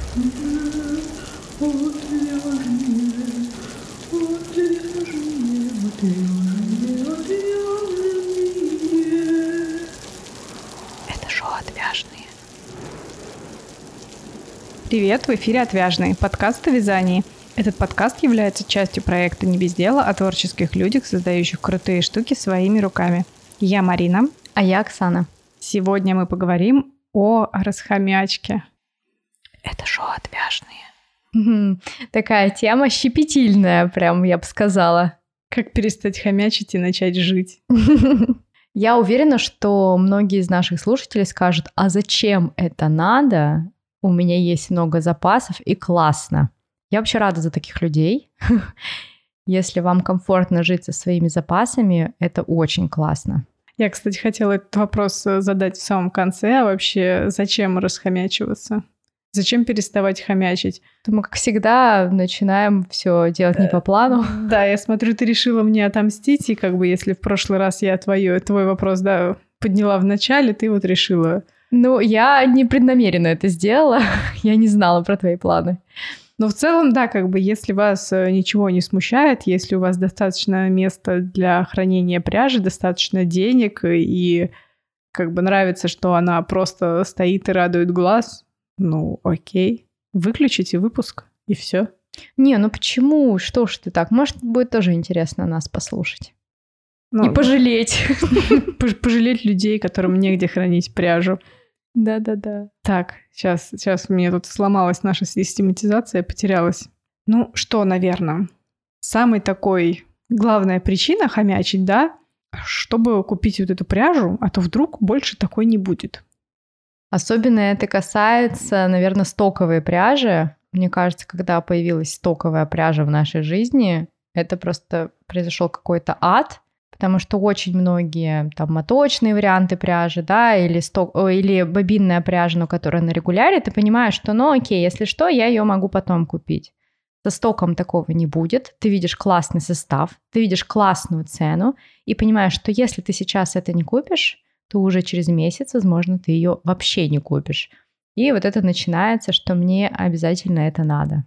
Это шоу «Отвяжные». Привет, в эфире «Отвяжные», подкаст о вязании. Этот подкаст является частью проекта «Не без дела» о творческих людях, создающих крутые штуки своими руками. Я Марина. А я Оксана. Сегодня мы поговорим о расхомячке. Это шоу «Отвяжные». Такая тема щепетильная, прям, я бы сказала. Как перестать хомячить и начать жить? Я уверена, что многие из наших слушателей скажут, а зачем это надо? У меня есть много запасов и классно. Я вообще рада за таких людей. Если вам комфортно жить со своими запасами, это очень классно. Я, кстати, хотела этот вопрос задать в самом конце. А вообще, зачем расхомячиваться? Зачем переставать хомячить? Мы, как всегда, начинаем все делать не по плану. Да, я смотрю, ты решила мне отомстить, и как бы если в прошлый раз я твой вопрос, подняла в начале, ты вот решила... Ну, я непреднамеренно это сделала, я не знала про твои планы. Но в целом, да, как бы если вас ничего не смущает, если у вас достаточно места для хранения пряжи, достаточно денег, и как бы нравится, что она просто стоит и радует глаз, ну окей, выключите выпуск, и все. Не, ну почему? Что ж ты так? Может, будет тоже интересно нас послушать. И пожалеть. Пожалеть людей, которым негде хранить пряжу. Да-да-да. Так, сейчас у меня тут сломалась наша систематизация, потерялась. Ну что, наверное, самый такой главная причина хомячить, да, чтобы купить вот эту пряжу, а то вдруг больше такой не будет. Особенно это касается, наверное, стоковой пряжи. Мне кажется, когда появилась стоковая пряжа в нашей жизни, это просто произошел какой-то ад, потому что очень многие там моточные варианты пряжи, да, или бобинная пряжа, но которая на регуляре, ты понимаешь, что, ну окей, если что, я ее могу потом купить. Со стоком такого не будет. Ты видишь классный состав, ты видишь классную цену и понимаешь, что если ты сейчас это не купишь, то уже через месяц, возможно, ты ее вообще не купишь. И вот это начинается, что мне обязательно это надо.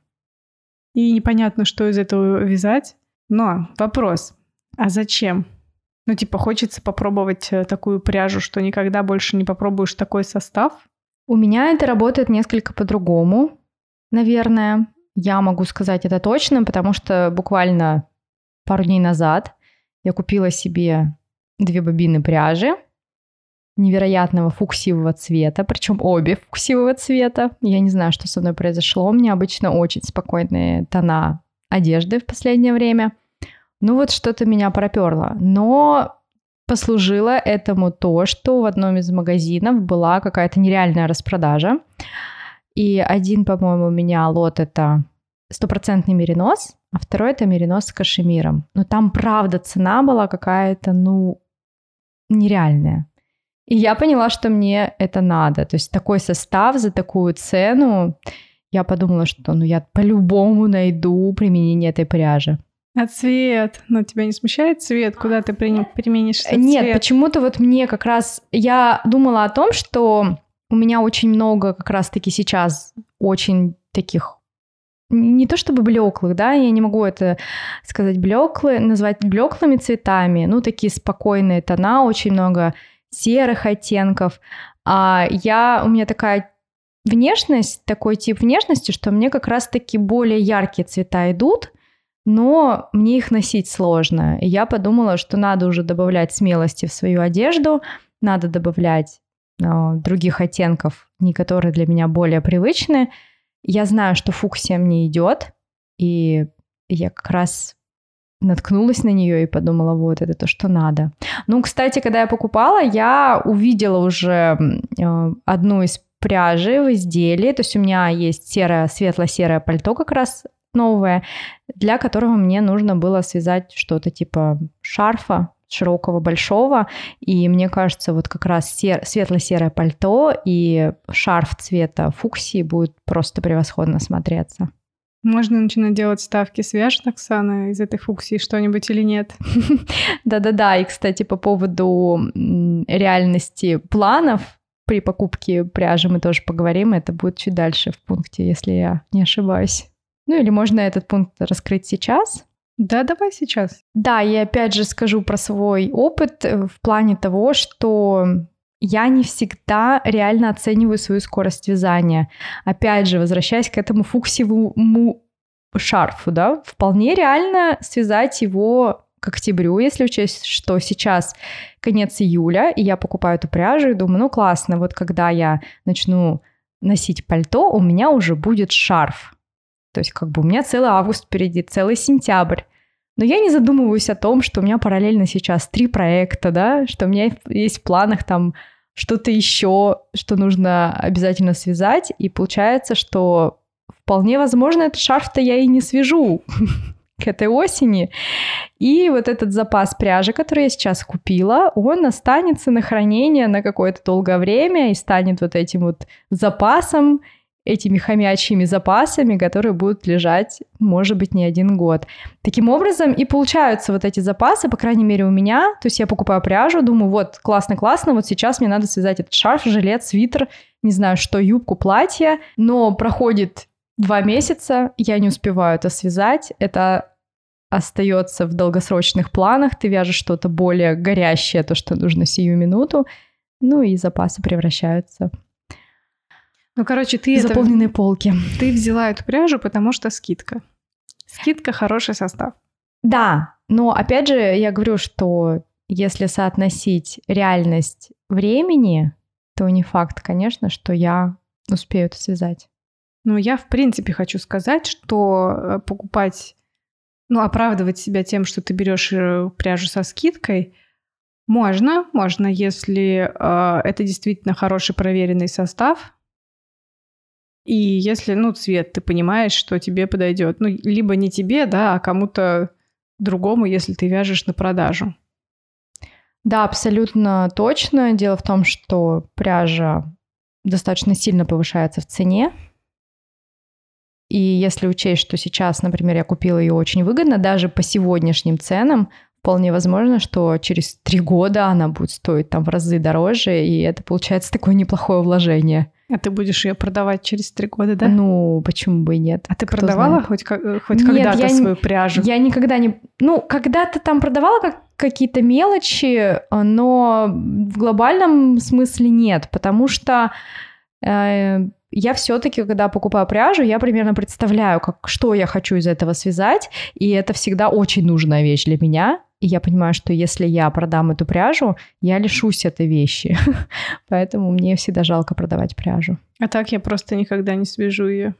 И непонятно, что из этого вязать. Но вопрос, а зачем? Ну, типа, хочется попробовать такую пряжу, что никогда больше не попробуешь такой состав? У меня это работает несколько по-другому, наверное. Я могу сказать это точно, потому что буквально пару дней назад я купила себе 2 бобины пряжи невероятного фуксиевого цвета, причем обе фуксиевого цвета. Я не знаю, что со мной произошло. У меня обычно очень спокойные тона одежды в последнее время. Ну вот что-то меня проперло. Но послужило этому то, что в одном из магазинов была какая-то нереальная распродажа. И один, по-моему, у меня лот — это 100% меринос, а второй — это меринос с кашемиром. Но там, правда, цена была какая-то, нереальная. И я поняла, что мне это надо. То есть такой состав за такую цену. Я подумала, что я по-любому найду применение этой пряжи. А цвет? Тебя не смущает цвет? Куда ты применишь этот цвет? Нет, цвет? Почему-то вот мне как раз... Я думала о том, что у меня очень много как раз-таки сейчас очень таких... Не то чтобы блеклых, да, я не могу это сказать назвать блеклыми цветами, такие спокойные тона, очень много серых оттенков. У меня такая внешность, такой тип внешности, что мне как раз-таки более яркие цвета идут, но мне их носить сложно. И я подумала, что надо уже добавлять смелости в свою одежду, надо добавлять других оттенков, которые для меня более привычны. Я знаю, что фуксия мне идет, и я как раз наткнулась на нее и подумала, вот это то, что надо. Кстати, когда я покупала, я увидела уже одну из пряжи в изделии, то есть у меня есть светло-серое пальто как раз новое, для которого мне нужно было связать что-то типа шарфа широкого, большого, и мне кажется, вот как раз светло-серое пальто и шарф цвета фуксии будет просто превосходно смотреться. Можно начинать делать ставки. Свяжет Оксана из этой фуксии что-нибудь или нет? Да-да-да. И, кстати, по поводу реальности планов, при покупке пряжи мы тоже поговорим. Это будет чуть дальше в пункте, если я не ошибаюсь. Ну или можно этот пункт раскрыть сейчас? Да, давай сейчас. Да, я опять же скажу про свой опыт в плане того, что я не всегда реально оцениваю свою скорость вязания. Опять же, возвращаясь к этому фуксиевому шарфу, да, вполне реально связать его к октябрю, если учесть, что сейчас конец июля, и я покупаю эту пряжу и думаю, ну классно, вот когда я начну носить пальто, у меня уже будет шарф. То есть как бы у меня целый август впереди, целый сентябрь. Но я не задумываюсь о том, что у меня параллельно сейчас 3 проекта, да, что у меня есть в планах там что-то еще, что нужно обязательно связать. И получается, что вполне возможно, этот шарф-то я и не свяжу к этой осени. И вот этот запас пряжи, который я сейчас купила, он останется на хранение на какое-то долгое время и станет вот этим вот запасом, этими хомячьими запасами, которые будут лежать, может быть, не 1 год. Таким образом и получаются вот эти запасы, по крайней мере, у меня. То есть я покупаю пряжу, думаю, вот, классно-классно, вот сейчас мне надо связать этот шарф, жилет, свитер, не знаю что, юбку, платье. Но проходит 2 месяца, я не успеваю это связать, это остается в долгосрочных планах, ты вяжешь что-то более горящее, то, что нужно сию минуту, ну и запасы превращаются Ну, короче, в заполненные полки. Ты взяла эту пряжу, потому что скидка. Скидка — хороший состав. Да, но опять же я говорю, что если соотносить реальность времени, то не факт, конечно, что я успею это связать. Ну, я, в принципе, хочу сказать, что покупать, оправдывать себя тем, что ты берешь пряжу со скидкой, можно, если это действительно хороший проверенный состав, и если, цвет, ты понимаешь, что тебе подойдет. Либо не тебе, да, а кому-то другому, если ты вяжешь на продажу. Да, абсолютно точно. Дело в том, что пряжа достаточно сильно повышается в цене. И если учесть, что сейчас, например, я купила ее очень выгодно, даже по сегодняшним ценам, вполне возможно, что через 3 года она будет стоить там в разы дороже, и это получается такое неплохое вложение. А ты будешь ее продавать через 3 года, да? Ну, почему бы и нет? А ты продавала хоть когда-то свою пряжу? Я никогда не... когда-то там продавала какие-то мелочи, но в глобальном смысле нет, потому что я все-таки, когда покупаю пряжу, я примерно представляю, что я хочу из этого связать, и это всегда очень нужная вещь для меня. И я понимаю, что если я продам эту пряжу, я лишусь этой вещи. Поэтому мне всегда жалко продавать пряжу. А так я просто никогда не свяжу ее.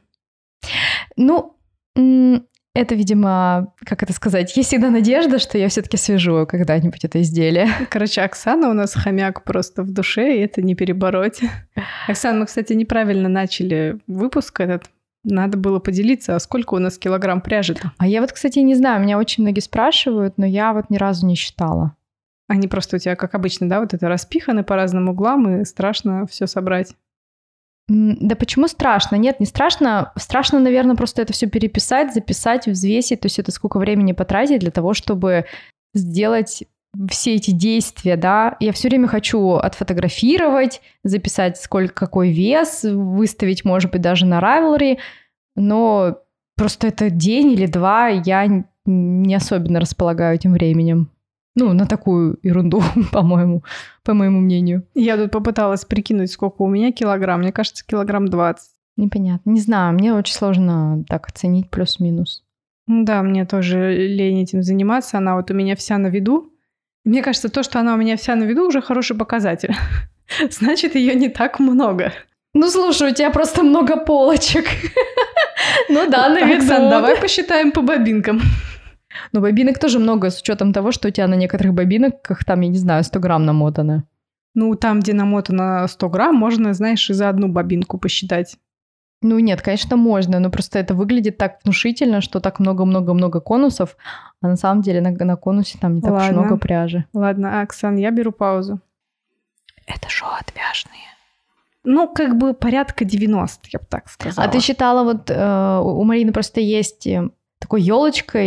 Это, видимо, как это сказать, есть всегда надежда, что я все-таки свяжу когда-нибудь это изделие. Короче, Оксана у нас хомяк просто в душе, и это не перебороть. Оксана, мы, кстати, неправильно начали выпуск этот. Надо было поделиться, а сколько у нас килограмм пряжи-то? А я кстати, не знаю, меня очень многие спрашивают, но я ни разу не считала. Они просто у тебя, как обычно, да, вот это распиханы по разным углам, и страшно все собрать. Да почему страшно? Нет, не страшно. Страшно, наверное, просто это все переписать, записать, взвесить. То есть это сколько времени потратить для того, чтобы сделать все эти действия, да. Я все время хочу отфотографировать, записать, какой вес, выставить, может быть, даже на Ravelry, но просто это день или 2, я не особенно располагаю этим временем. На такую ерунду, по моему мнению. Я тут попыталась прикинуть, сколько у меня килограмм. Мне кажется, 20 килограмм. Непонятно. Не знаю, мне очень сложно так оценить плюс-минус. Да, мне тоже лень этим заниматься. Она у меня вся на виду. Мне кажется, то, что она у меня вся на виду, уже хороший показатель. Значит, ее не так много. Слушай, у тебя просто много полочек. Да, на виду. Оксан, давай посчитаем по бобинкам. Но бобинок тоже много, с учетом того, что у тебя на некоторых бобинках там, я не знаю, 100 грамм намотано. Там, где намотано 100 грамм, можно, знаешь, и за одну бобинку посчитать. Нет, конечно, можно, но просто это выглядит так внушительно, что так много-много-много конусов, а на самом деле на конусе там не так уж много пряжи. Ладно, Оксан, я беру паузу. Это шо отвяжные? Порядка 90, я бы так сказала. А ты считала, у Марины просто есть такой елочкой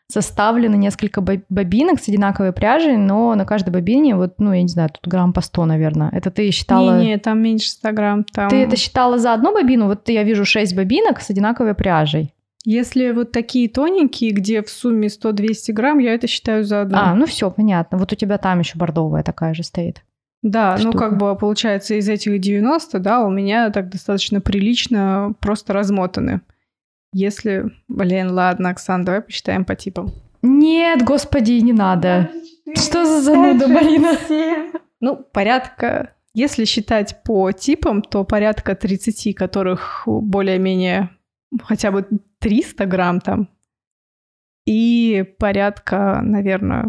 составлены несколько бобинок с одинаковой пряжей, но на каждой бобине, вот, ну, я не знаю, тут грамм по 100, наверное. Это ты считала... Не, там меньше 100 грамм. Там... Ты это считала за одну бобину? Вот я вижу 6 бобинок с одинаковой пряжей. Если вот такие тоненькие, где в сумме 100-200 грамм, я это считаю за одну. Ну все, понятно. Вот у тебя там еще бордовая такая же стоит. Да, штука. Ну как бы получается из этих 90, да, у меня так достаточно прилично просто размотаны. Если... Ладно, Оксан, давай посчитаем по типам. Нет, господи, не надо. 4, что за зануда, Марина? 7. Ну, порядка... Если считать по типам, то порядка 30, которых более-менее хотя бы 300 грамм там. И порядка, наверное,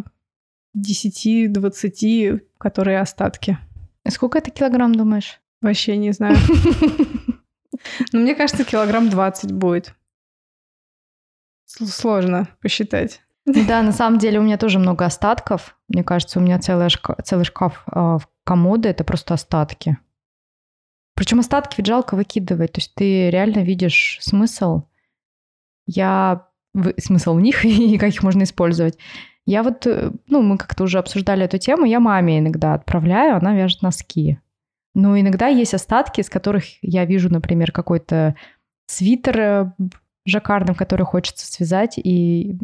10-20, которые остатки. Сколько это килограмм, думаешь? Вообще не знаю. Но мне кажется, килограмм 20 будет. Сложно посчитать. Да, на самом деле у меня тоже много остатков. Мне кажется, у меня целый шкаф в комоде — это просто остатки. Причем остатки ведь жалко выкидывать. То есть ты реально видишь смысл. Смысл в них и как их можно использовать. Я вот, мы как-то уже обсуждали эту тему, я маме иногда отправляю, она вяжет носки. Но иногда есть остатки, из которых я вижу, например, какой-то свитер жаккардом, который хочется связать, и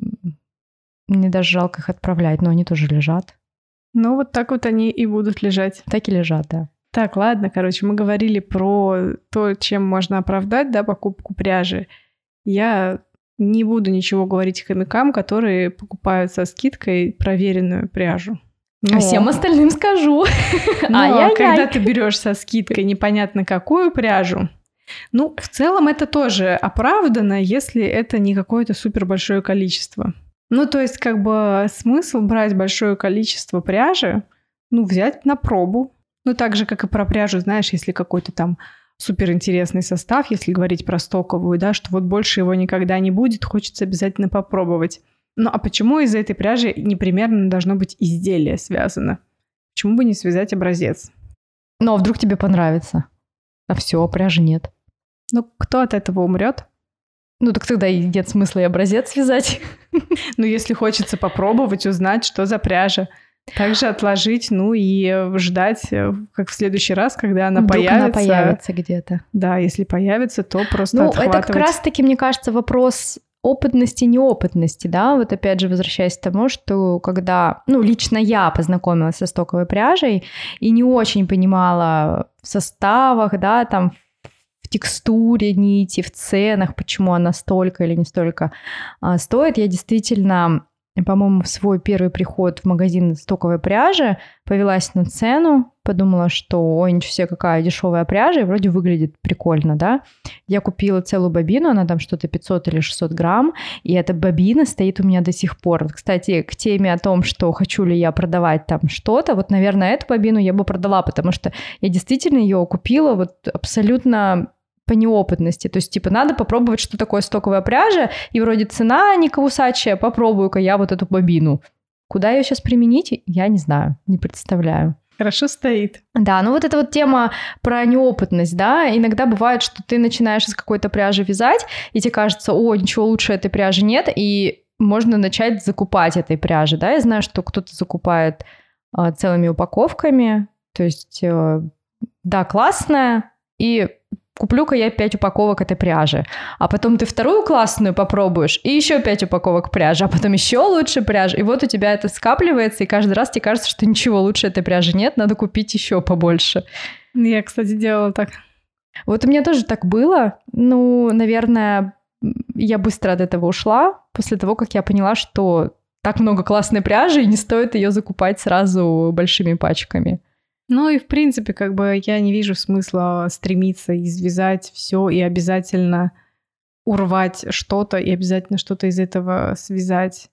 мне даже жалко их отправлять, но они тоже лежат. Ну, вот так вот они и будут лежать. Так и лежат, да. Так, ладно, короче, мы говорили про то, чем можно оправдать, да, покупку пряжи. Я не буду ничего говорить хомякам, которые покупают со скидкой проверенную пряжу. А всем остальным скажу. Но когда ты берешь со скидкой непонятно какую пряжу, в целом это тоже оправдано, если это не какое-то супер большое количество. То есть, как бы смысл брать большое количество пряжи, взять на пробу. Так же, как и про пряжу, знаешь, если какой-то там суперинтересный состав, если говорить про стоковую, да, что вот больше его никогда не будет, хочется обязательно попробовать. А почему из этой пряжи непременно должно быть изделие связано? Почему бы не связать образец? А вдруг тебе понравится? А все, пряжи нет. Кто от этого умрет? Так тогда и нет смысла и образец связать. Если хочется попробовать, узнать, что за пряжа. Также отложить, и ждать, как в следующий раз, когда она вдруг появится. Она появится где-то. Да, если появится, то просто отхватывать. Это как раз-таки, мне кажется, вопрос опытности, неопытности, да, вот опять же возвращаясь к тому, что когда, лично я познакомилась со стоковой пряжей и не очень понимала в составах, да, там в текстуре нити, в ценах, почему она столько или не столько стоит, я действительно, по-моему, в свой первый приход в магазин стоковой пряжи повелась на цену, подумала, что ой, ничего себе, какая дешевая пряжа, и вроде выглядит прикольно, да. Я купила целую бобину, она там что-то 500 или 600 грамм, и эта бобина стоит у меня до сих пор. Вот, кстати, к теме о том, что хочу ли я продавать там что-то, вот, наверное, эту бобину я бы продала, потому что я действительно ее купила вот абсолютно по неопытности. То есть, надо попробовать, что такое стоковая пряжа, и вроде цена не кусачая, попробую-ка я вот эту бобину. Куда ее сейчас применить, я не знаю, не представляю. Хорошо стоит. Да, вот эта вот тема про неопытность, да, иногда бывает, что ты начинаешь из какой-то пряжи вязать, и тебе кажется, ничего лучше этой пряжи нет, и можно начать закупать этой пряжи, да, я знаю, что кто-то закупает целыми упаковками, то есть, да, классная, и куплю-ка я 5 упаковок этой пряжи. А потом ты вторую классную попробуешь, и еще 5 упаковок пряжи, а потом еще лучше пряжи. И вот у тебя это скапливается, и каждый раз тебе кажется, что ничего лучше этой пряжи нет, надо купить еще побольше. Я, кстати, делала так. Вот у меня тоже так было. Наверное, я быстро от этого ушла, после того, как я поняла, что так много классной пряжи, и не стоит ее закупать сразу большими пачками. И в принципе, как бы я не вижу смысла стремиться извязать все и обязательно урвать что-то и обязательно что-то из этого связать.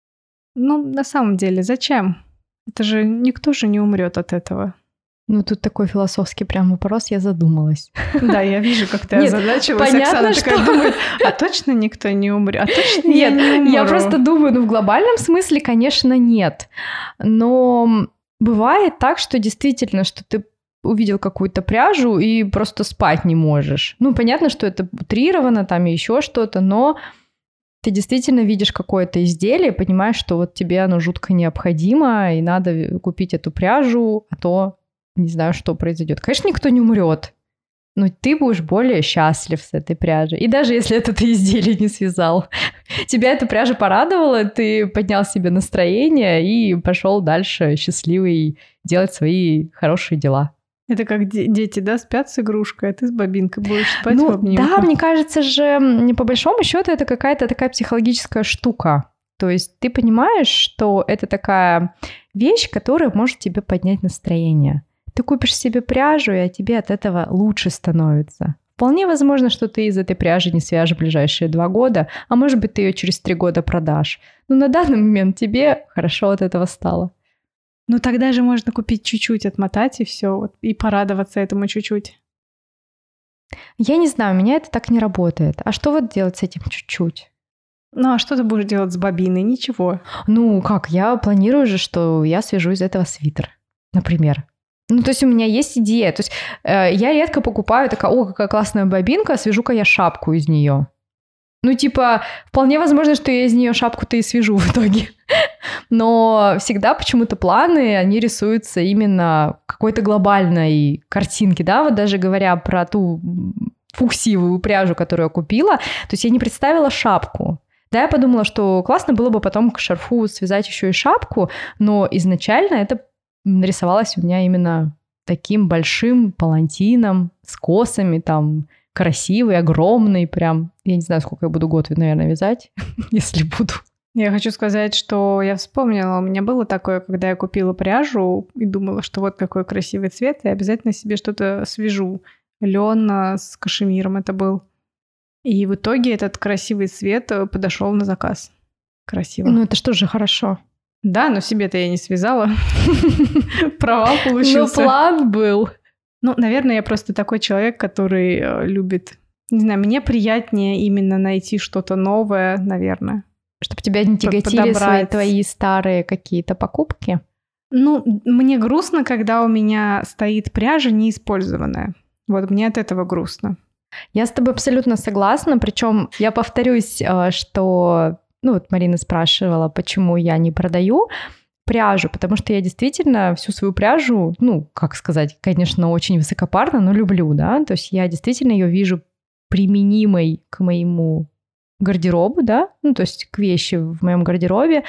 На самом деле, зачем? Это же никто же не умрет от этого. Тут такой философский прям вопрос, я задумалась. Да, я вижу, как ты озадачилась. Оксана такая думает, а точно никто не умрет? А точно нет, я не умру? Я просто думаю, в глобальном смысле, конечно, нет. Но бывает так, что действительно, что ты увидел какую-то пряжу и просто спать не можешь. Понятно, что это утрировано, там еще что-то, но Ты действительно видишь какое-то изделие, понимаешь, что вот тебе оно жутко необходимо, и надо купить эту пряжу, а то не знаю, что произойдет. Конечно, никто не умрет, но ты будешь более счастлив с этой пряжей. И даже если это ты изделие не связал, тебя эта пряжа порадовала, ты поднял себе настроение и пошел дальше счастливый делать свои хорошие дела. Это как дети, да, спят с игрушкой, а ты с бобинкой будешь спать в обнимку. Да, мне кажется же, по большому счету это какая-то такая психологическая штука. То есть ты понимаешь, что это такая вещь, которая может тебе поднять настроение. Ты купишь себе пряжу, и тебе от этого лучше становится. Вполне возможно, что ты из этой пряжи не свяжешь в ближайшие 2 года, а может быть, ты ее через 3 года продашь. Но на данный момент тебе хорошо от этого стало. Ну тогда же можно купить чуть-чуть, отмотать и все, вот, и порадоваться этому чуть-чуть. Я не знаю, у меня это так не работает. А что вот делать с этим чуть-чуть? Ну а что ты будешь делать с бобиной? Ничего. Ну как, я планирую же, что я свяжу из этого свитер, например. Ну, то есть у меня есть идея. То есть я редко покупаю такая, какая классная бобинка, свяжу-ка я шапку из нее. Ну, типа, вполне возможно, что я из нее шапку-то и свяжу в итоге. Но всегда почему-то планы, они рисуются именно какой-то глобальной картинки, да, вот даже говоря про ту фуксиевую пряжу, которую я купила, то есть я не представила шапку. Да, я подумала, что классно было бы потом к шарфу связать еще и шапку, но изначально это нарисовалось у меня именно таким большим палантином с косами, там, красивый, огромный прям. Я не знаю, сколько я буду год, наверное, вязать, если буду. Я хочу сказать, что я вспомнила, у меня было такое, когда я купила пряжу и думала, что вот какой красивый цвет, я обязательно себе что-то свяжу. Лен с кашемиром это был. И в итоге этот красивый цвет подошел на заказ. Красиво. Ну это что же хорошо. Да, но себе-то я не связала. Провал получился. Но план был. Ну, наверное, я просто такой человек, который любит... Не знаю, мне приятнее именно найти что-то новое, наверное. Чтобы тебя не тяготили твои старые какие-то покупки? Ну, мне грустно, когда у меня стоит пряжа неиспользованная. Вот мне от этого грустно. Я с тобой абсолютно согласна. Причем я повторюсь, что... Ну, вот Марина спрашивала, почему я не продаю пряжу, потому что я действительно всю свою пряжу, ну, как сказать, конечно, очень высокопарно, но люблю, да, то есть я действительно ее вижу применимой к моему гардеробу, да, ну, то есть к вещи в моем гардеробе,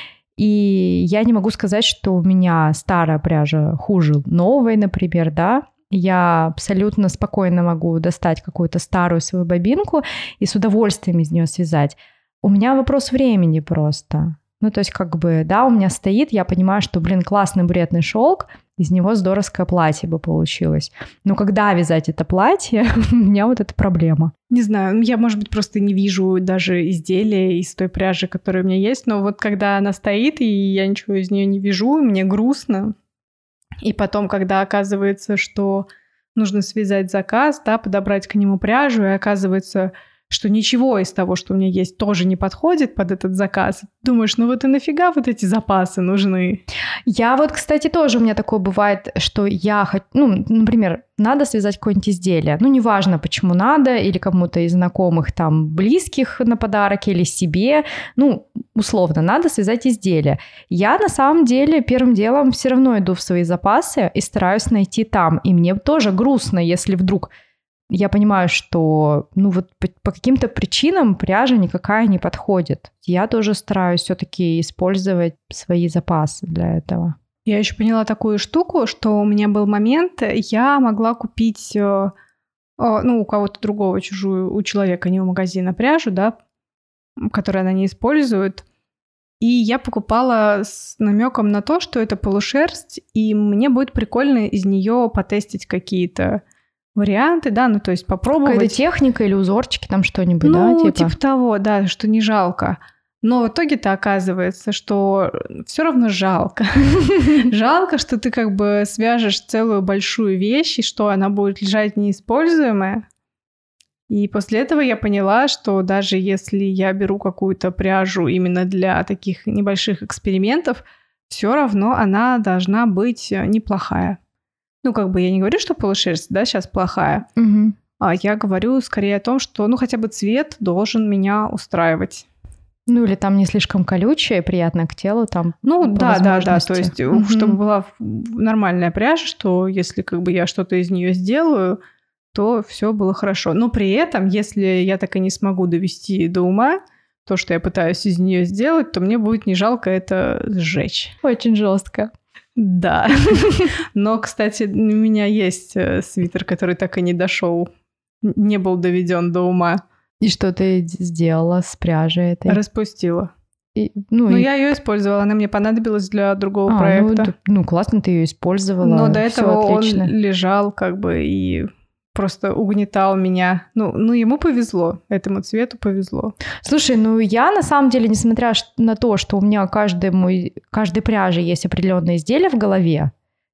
и я не могу сказать, что у меня старая пряжа хуже новой, например, да, я абсолютно спокойно могу достать какую-то старую свою бобинку и с удовольствием из нее связать. У меня вопрос времени просто. Ну, то есть, как бы, да, у меня стоит, я понимаю, что, классный буретный шелк, из него здоровское платье бы получилось. Но когда вязать это платье, у меня вот эта проблема. Не знаю, я, может быть, просто не вижу даже изделия из той пряжи, которая у меня есть, но вот когда она стоит, и я ничего из нее не вяжу, мне грустно. И потом, когда оказывается, что нужно связать заказ, да, подобрать к нему пряжу, и оказывается, что ничего из того, что у меня есть, тоже не подходит под этот заказ. Думаешь, ну вот и нафига вот эти запасы нужны? Я вот, кстати, тоже у меня такое бывает, что я хочу, ну, например, надо связать какое-нибудь изделие. Ну, неважно, почему надо, или кому-то из знакомых, там, близких на подарок, или себе. Ну, условно, надо связать изделие. Я, на самом деле, первым делом все равно иду в свои запасы и стараюсь найти там. И мне тоже грустно, если вдруг... Я понимаю, что ну вот по каким-то причинам пряжа никакая не подходит. Я тоже стараюсь все-таки использовать свои запасы для этого. Я еще поняла такую штуку, что у меня был момент, я могла купить, ну, у кого-то другого чужую, у человека, не у магазина, пряжу, да, которую она не использует. И я покупала с намеком на то, что это полушерсть, и мне будет прикольно из нее потестить какие-то варианты, да, ну то есть попробовать. Какая-то техника или узорчики, там что-нибудь, ну, да? Типа того, да, что не жалко. Но в итоге-то оказывается, что все равно жалко. Жалко, что ты как бы свяжешь целую большую вещь, и что она будет лежать неиспользуемая. И после этого я поняла, что даже если я беру какую-то пряжу именно для таких небольших экспериментов, все равно она должна быть неплохая. Ну, как бы я не говорю, что полушерсть, да, сейчас плохая, а я говорю скорее о том, что, ну, хотя бы цвет должен меня устраивать. Ну, или там не слишком колючая, приятная к телу, там. Ну, по да, возможности. то есть, чтобы была нормальная пряжа, что если как бы я что-то из нее сделаю, то все было хорошо. Но при этом, если я так и не смогу довести до ума то, что я пытаюсь из нее сделать, то мне будет не жалко это сжечь. Очень жестко. Да. Но, кстати, у меня есть свитер, который так и не дошел, не был доведен до ума. И что ты сделала с пряжей этой? Распустила. Я ее использовала, она мне понадобилась для другого проекта. Классно ты ее использовала. Но до этого он лежал как бы и просто угнетал меня. Ему повезло, этому цвету повезло. Слушай, я на самом деле, несмотря на то, что у меня каждой пряжи есть определенные изделия в голове,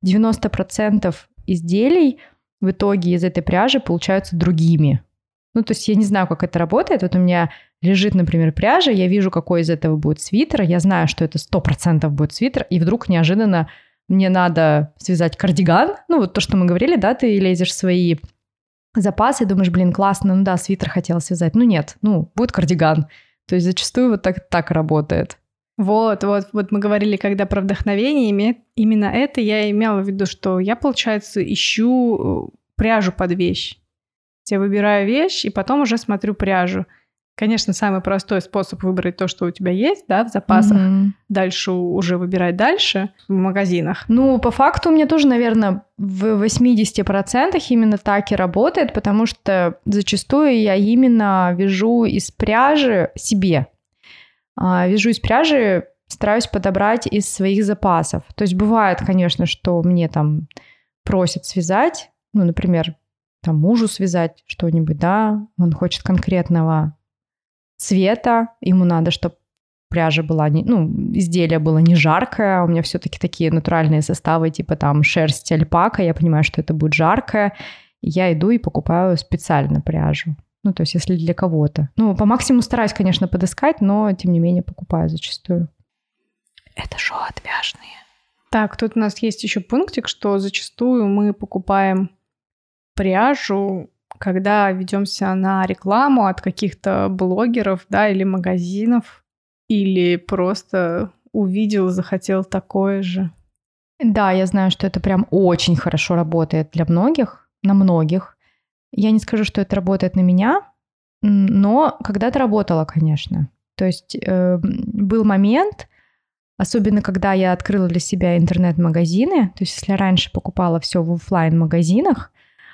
90% изделий в итоге из этой пряжи получаются другими. То есть я не знаю, как это работает. Вот у меня лежит, например, пряжа, я вижу, какой из этого будет свитер, я знаю, что это 100% будет свитер, и вдруг неожиданно мне надо связать кардиган. Вот то, что мы говорили, да, ты лезешь в свои запасы, думаешь, классно, свитер хотела связать. Нет, будет кардиган. То есть зачастую вот так работает. Вот мы говорили, когда про вдохновение, именно это я имела в виду, что я, получается, ищу пряжу под вещь. Я выбираю вещь, и потом уже смотрю пряжу. Конечно, самый простой способ выбрать то, что у тебя есть, да, в запасах. Дальше уже выбирать дальше в магазинах. По факту у меня тоже, наверное, в 80% именно так и работает, потому что зачастую я именно вяжу из пряжи себе. Вяжу из пряжи, стараюсь подобрать из своих запасов. То есть бывает, конечно, что мне там просят связать, например, там мужу связать что-нибудь, да, он хочет конкретного цвета, ему надо, чтобы пряжа была, изделие было не жаркое, у меня все-таки такие натуральные составы, типа там шерсть альпака, я понимаю, что это будет жаркое, я иду и покупаю специально пряжу. То есть если для кого-то. По максимуму стараюсь, конечно, подыскать, но тем не менее покупаю зачастую. Это шоу отвяжные. Так, тут у нас есть еще пунктик, что зачастую мы покупаем пряжу, когда ведемся на рекламу от каких-то блогеров, да, или магазинов, или просто увидел, захотел такое же. Да, я знаю, что это прям очень хорошо работает для многих, на многих. Я не скажу, что это работает на меня, но когда-то работало, конечно. То есть был момент, особенно когда я открыла для себя интернет-магазины, то есть если я раньше покупала все в офлайн-магазинах,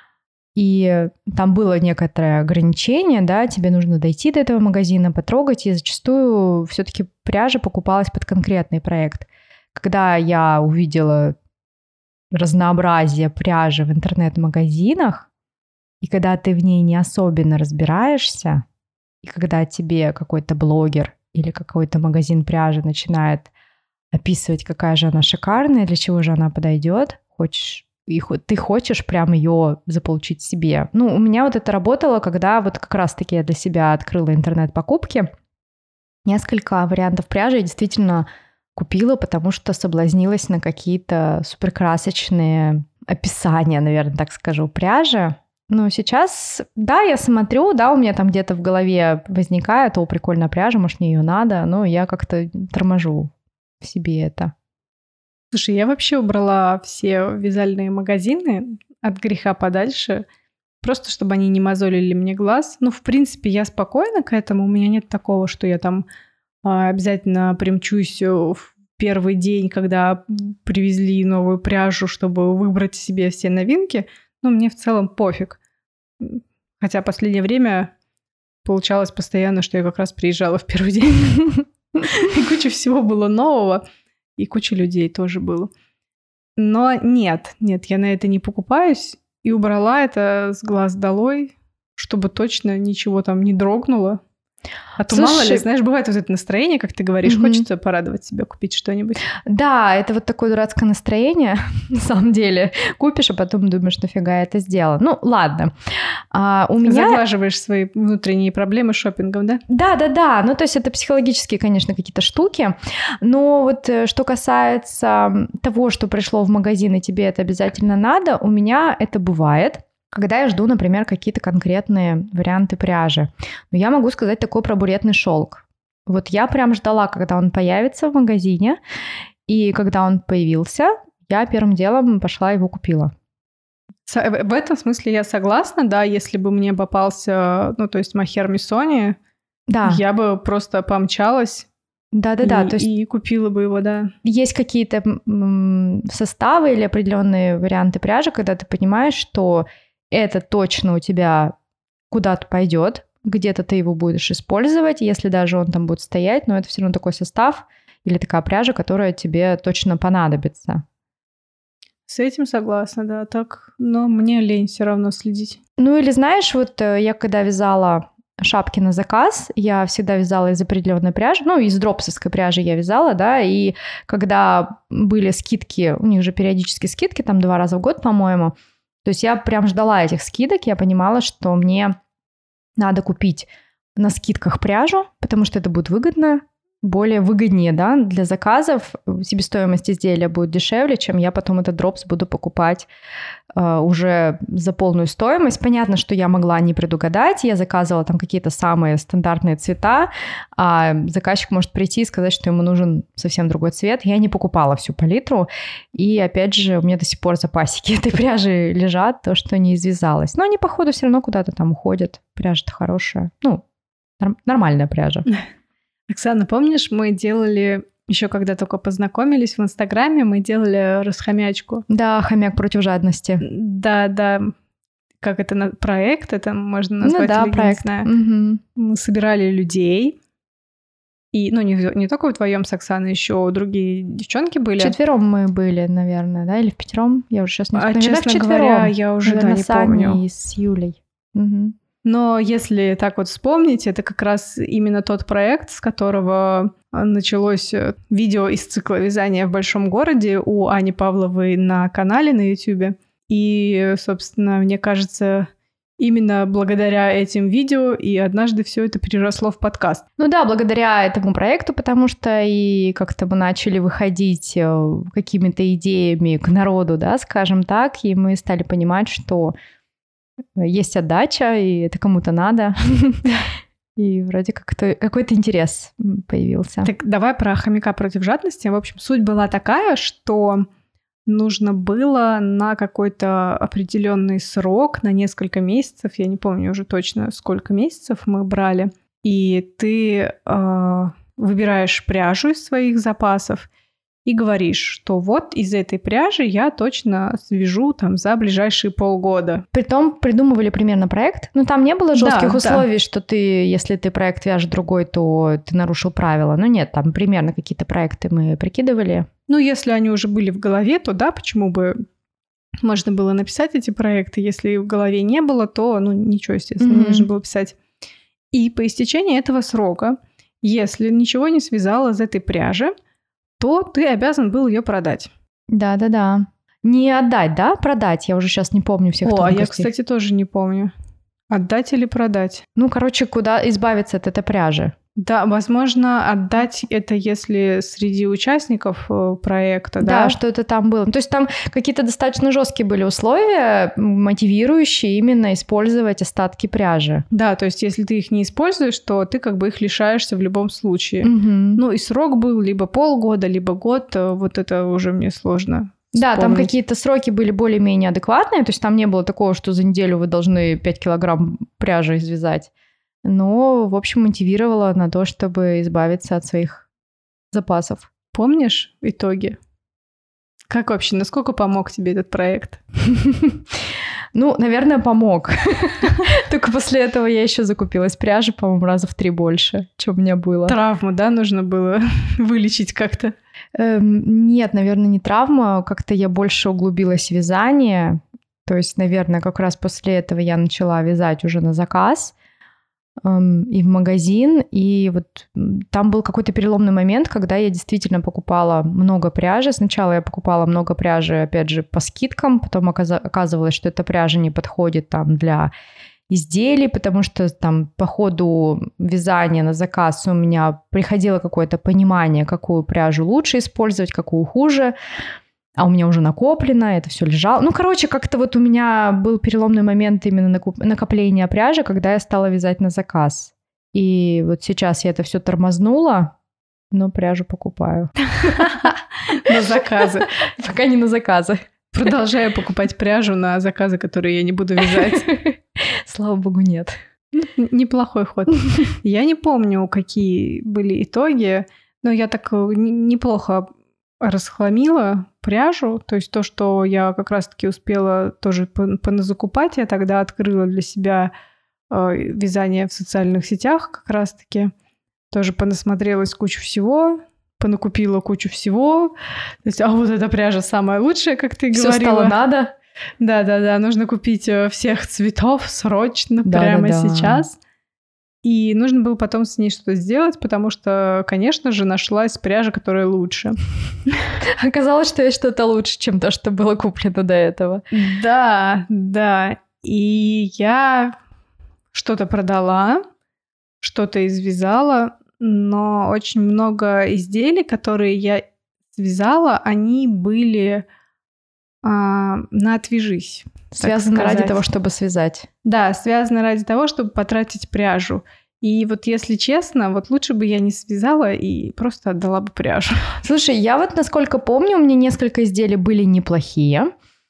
и там было некоторое ограничение, да, тебе нужно дойти до этого магазина, потрогать, и зачастую все-таки пряжа покупалась под конкретный проект. Когда я увидела разнообразие пряжи в интернет-магазинах, и когда ты в ней не особенно разбираешься, и когда тебе какой-то блогер или какой-то магазин пряжи начинает описывать, какая же она шикарная, для чего же она подойдет, ты хочешь прям ее заполучить себе. У меня вот это работало, когда вот как раз-таки я для себя открыла интернет-покупки. Несколько вариантов пряжи я действительно купила, потому что соблазнилась на какие-то суперкрасочные описания, наверное, так скажу, пряжи. Но сейчас, да, я смотрю, да, у меня там где-то в голове возникает, прикольная пряжа, может, мне ее надо, но я как-то торможу в себе это. Слушай, я вообще убрала все вязальные магазины от греха подальше, просто чтобы они не мозолили мне глаз. В принципе, я спокойна к этому, у меня нет такого, что я там обязательно примчусь в первый день, когда привезли новую пряжу, чтобы выбрать себе все новинки. Мне в целом пофиг. Хотя последнее время получалось постоянно, что я как раз приезжала в первый день. И куча всего было нового. И куча людей тоже было. Но нет, я на это не покупаюсь. И убрала это с глаз долой, чтобы точно ничего там не дрогнуло. А то, мало ли, знаешь, бывает вот это настроение, как ты говоришь, хочется порадовать себя, купить что-нибудь. Да, это вот такое дурацкое настроение, на самом деле. Купишь, а потом думаешь, нафига я это сделала. Ладно. У меня... Заглаживаешь свои внутренние проблемы шопингом, да? Да. То есть это психологические, конечно, какие-то штуки. Но вот что касается того, что пришло в магазин, и тебе это обязательно надо, у меня это бывает, когда я жду, например, какие-то конкретные варианты пряжи. Но я могу сказать такое про буретный шелк. Вот я прям ждала, когда он появится в магазине, и когда он появился, я первым делом пошла его купила. В этом смысле я согласна, да, если бы мне попался, то есть мохер Миссони, Да. я бы просто помчалась. Да-да-да, то есть и купила бы его, да. есть какие-то составы или определенные варианты пряжи, когда ты понимаешь, что это точно у тебя куда-то пойдет, где-то ты его будешь использовать, если даже он там будет стоять, но это все равно такой состав или такая пряжа, которая тебе точно понадобится. С этим согласна, да, так, но мне лень все равно следить. Ну или знаешь, вот я когда вязала шапки на заказ, я всегда вязала из определенной пряжи, из дропсовской пряжи я вязала, да, и когда были скидки, у них же периодически скидки, там 2 раза в год, по-моему, то есть я прям ждала этих скидок, я понимала, что мне надо купить на скидках пряжу, потому что это будет выгодно, более выгоднее, да, для заказов. Себестоимость изделия будет дешевле, чем я потом этот дропс буду покупать уже за полную стоимость. Понятно, что я могла не предугадать, я заказывала там какие-то самые стандартные цвета, а заказчик может прийти и сказать, что ему нужен совсем другой цвет. Я не покупала всю палитру, и опять же у меня до сих пор запасики этой пряжи лежат, то, что не извязалось. Но они, походу, все равно куда-то там уходят. Пряжа-то хорошая, нормальная пряжа. Оксана, помнишь, мы делали, еще когда только познакомились в Инстаграме, мы делали расхомячку. Да, хомяк против жадности. Да. Как это проект, это можно назвать, или проект. Не знаю. Угу. Мы собирали людей. И, не только вдвоем с Оксаной, еще другие девчонки были. 4 мы были, наверное, да? Или в 5? Я уже сейчас не помню. Честно говоря, я уже не помню. И с Юлей. Угу. Но если так вот вспомнить, это как раз именно тот проект, с которого началось видео из цикла «Вязание в большом городе» у Ани Павловой на канале на YouTube. И, собственно, мне кажется, именно благодаря этим видео и однажды все это переросло в подкаст. Благодаря этому проекту, потому что и как-то мы начали выходить какими-то идеями к народу, да, скажем так, и мы стали понимать, что есть отдача, и это кому-то надо. И вроде как какой-то интерес появился. Так давай про хомяка против жадности. В общем, суть была такая, что нужно было на какой-то определенный срок, на несколько месяцев, я не помню уже точно, сколько месяцев мы брали, и ты выбираешь пряжу из своих запасов и говоришь, что вот из этой пряжи я точно свяжу там за ближайшие полгода. Притом придумывали примерно проект, но там не было жестких условий, что если ты проект вяжешь другой, то ты нарушил правила. Нет, там примерно какие-то проекты мы прикидывали. Если они уже были в голове, то да, почему бы можно было написать эти проекты. Если в голове не было, то, ничего, естественно, не нужно было писать. И по истечении этого срока, если ничего не связала из этой пряжи, то ты обязан был ее продать. Да. Не отдать, да? Продать. Я уже сейчас не помню всех тонкостей. Я, кстати, тоже не помню. Отдать или продать? Куда избавиться от этой пряжи? Да, возможно, отдать это, если среди участников проекта, да? Да, что это там было. То есть там какие-то достаточно жесткие были условия, мотивирующие именно использовать остатки пряжи. Да, то есть если ты их не используешь, то ты как бы их лишаешься в любом случае. Угу. И срок был либо полгода, либо год. Вот это уже мне сложно Да, вспомнить. там какие-то сроки были более-менее адекватные, то есть там не было такого, что за неделю вы должны 5 килограмм пряжи извязать. Но, в общем, мотивировала на то, чтобы избавиться от своих запасов. Помнишь итоги? Как вообще, насколько помог тебе этот проект? Наверное, помог. Только после этого я еще закупилась пряжи, по-моему, раза в 3 больше, чем у меня было. Травму, да, нужно было вылечить как-то? Нет, наверное, не травма. Как-то я больше углубилась в вязание. То есть, наверное, как раз после этого я начала вязать уже на заказ и в магазин, и вот там был какой-то переломный момент, когда я действительно покупала много пряжи. Сначала я покупала много пряжи, опять же, по скидкам, потом оказывалось, что эта пряжа не подходит там для изделий, потому что там по ходу вязания на заказ у меня приходило какое-то понимание, какую пряжу лучше использовать, какую хуже. А у меня уже накоплено, это все лежало. Как-то вот у меня был переломный момент именно накопления пряжи, когда я стала вязать на заказ. И вот сейчас я это все тормознула, но пряжу покупаю. На заказы. Пока не на заказы. Продолжаю покупать пряжу на заказы, которые я не буду вязать. Слава богу, нет. Неплохой ход. Я не помню, какие были итоги, но я так неплохо расхламила пряжу. То есть то, что я как раз-таки успела тоже поназакупать, я тогда открыла для себя вязание в социальных сетях как раз-таки. Тоже понасмотрелась кучу всего, понакупила кучу всего. То есть, вот эта пряжа самая лучшая, как ты говорила. Всё стало надо. Да, нужно купить всех цветов срочно, прямо сейчас. И нужно было потом с ней что-то сделать, потому что, конечно же, нашлась пряжа, которая лучше. Оказалось, что есть что-то лучше, чем то, что было куплено до этого. Да. И я что-то продала, что-то извязала, но очень много изделий, которые я связала, они были на «отвяжись». Связаны ради того, чтобы связать. Да, связаны ради того, чтобы потратить пряжу. И вот если честно, вот лучше бы я не связала и просто отдала бы пряжу. Слушай, я вот, насколько помню, у меня несколько изделий были неплохие.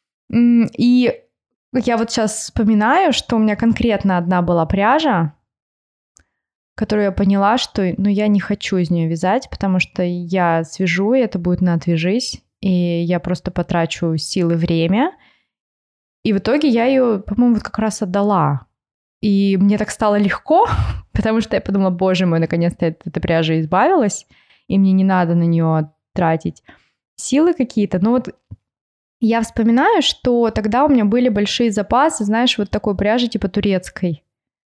И я вот сейчас вспоминаю, что у меня конкретно одна была пряжа, которую я поняла, что я не хочу из нее вязать, потому что я свяжу, и это будет на «отвяжись», и я просто потрачу силы и время. И в итоге я ее, по-моему, вот как раз отдала. И мне так стало легко, потому что я подумала, боже мой, наконец-то эта пряжа избавилась, и мне не надо на нее тратить силы какие-то. Но вот я вспоминаю, что тогда у меня были большие запасы, знаешь, вот такой пряжи типа турецкой.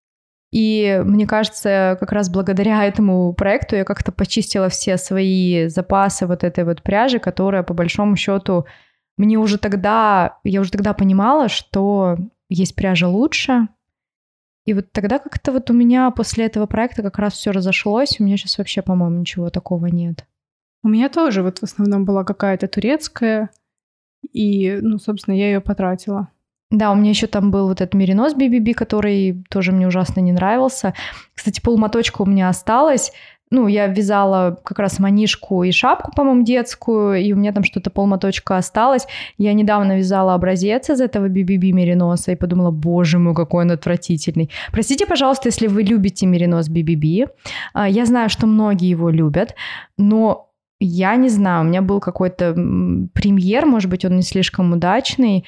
И мне кажется, как раз благодаря этому проекту я как-то почистила все свои запасы вот этой вот пряжи, которая, по большому счету, я уже тогда понимала, что есть пряжа лучше. И вот тогда как-то вот у меня после этого проекта как раз все разошлось. У меня сейчас вообще, по-моему, ничего такого нет. У меня тоже вот в основном была какая-то турецкая, и, собственно, я ее потратила. Да, у меня еще там был вот этот меринос BBB, который тоже мне ужасно не нравился. Кстати, полмоточка у меня осталась. Я вязала как раз манишку и шапку, по-моему, детскую, и у меня там что-то полмоточка осталось. Я недавно вязала образец из этого BBB мериноса и подумала, боже мой, какой он отвратительный. Простите, пожалуйста, если вы любите меринос BBB. Я знаю, что многие его любят, но я не знаю, у меня был какой-то премьер, может быть, он не слишком удачный.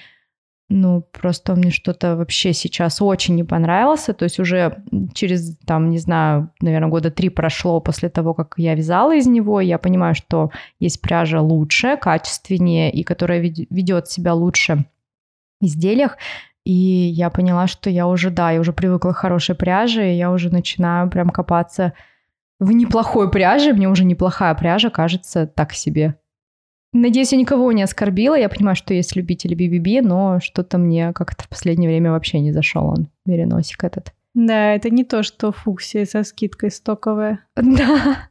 Просто мне что-то вообще сейчас очень не понравился. То есть уже через, не знаю, наверное, 3 года прошло после того, как я вязала из него, и я понимаю, что есть пряжа лучше, качественнее, и которая ведет себя лучше в изделиях. И я поняла, что я уже привыкла к хорошей пряже, и я уже начинаю прям копаться в неплохой пряже. Мне уже неплохая пряжа кажется так себе. Надеюсь, я никого не оскорбила. Я понимаю, что есть любители BBB, но что-то мне как-то в последнее время вообще не зашел он, мериносик этот. Да, это не то, что фуксия со скидкой стоковая. Да.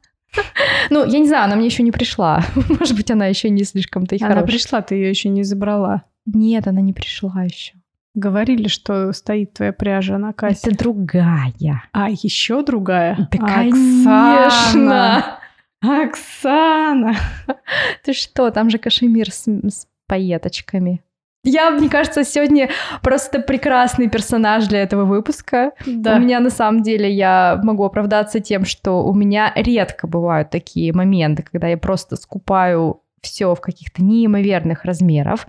Я не знаю, она мне еще не пришла. Может быть, она еще не слишком-то и хорошая. Она пришла, ты ее еще не забрала. Нет, она не пришла еще. Говорили, что стоит твоя пряжа на кассе. Это другая. А, еще другая? Да, конечно! Оксана! Ты что, там же кашемир с пайеточками. Мне кажется, сегодня просто прекрасный персонаж для этого выпуска. Да. У меня, на самом деле, я могу оправдаться тем, что у меня редко бывают такие моменты, когда я просто скупаю все в каких-то неимоверных размерах.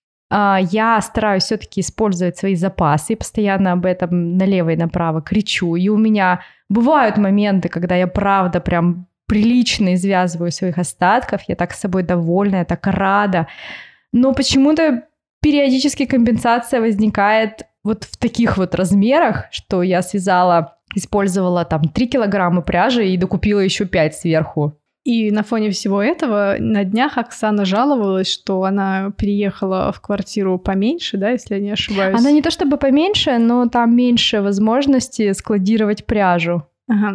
Я стараюсь все-таки использовать свои запасы, и постоянно об этом налево и направо кричу. И у меня бывают моменты, когда я правда прям прилично извязываю своих остатков, я так с собой довольна, я так рада. Но почему-то периодически компенсация возникает вот в таких вот размерах, что я использовала 3 килограмма пряжи и докупила еще 5 сверху. И на фоне всего этого на днях Оксана жаловалась, что она переехала в квартиру поменьше, да, если я не ошибаюсь. Она не то чтобы поменьше, но там меньше возможности складировать пряжу. Ага,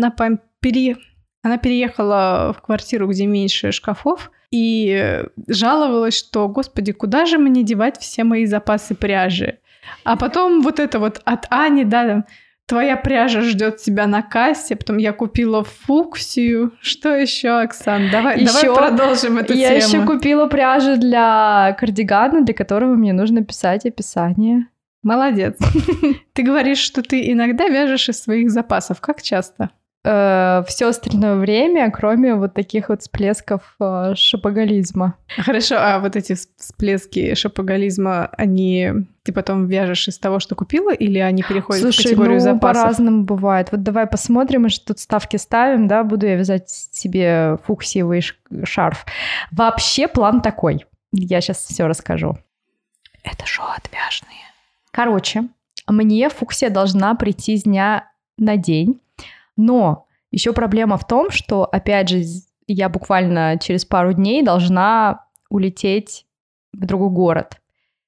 она переехала в квартиру, где меньше шкафов, и жаловалась, что, господи, куда же мне девать все мои запасы пряжи? А потом вот это вот от Ани, да, Твоя пряжа ждет тебя на кассе, потом я купила фуксию. Что еще, Оксан? Давай продолжим эту тему. Я еще купила пряжу для кардигана, для которого мне нужно писать описание. Молодец. Ты говоришь, что ты иногда вяжешь из своих запасов. Как часто? Все остальное время, кроме вот таких вот всплесков шопоголизма. Хорошо, а вот эти всплески шопоголизма, ты потом вяжешь из того, что купила, или они переходят в категорию запасов? По-разному бывает. Вот давай посмотрим, мы же тут ставки ставим, да, буду я вязать себе фуксиевый шарф. Вообще план такой. Я сейчас все расскажу. Это шоу отвяжные. Короче, мне фуксия должна прийти с дня на день. Но еще проблема в том, что, опять же, я буквально через пару дней должна улететь в другой город.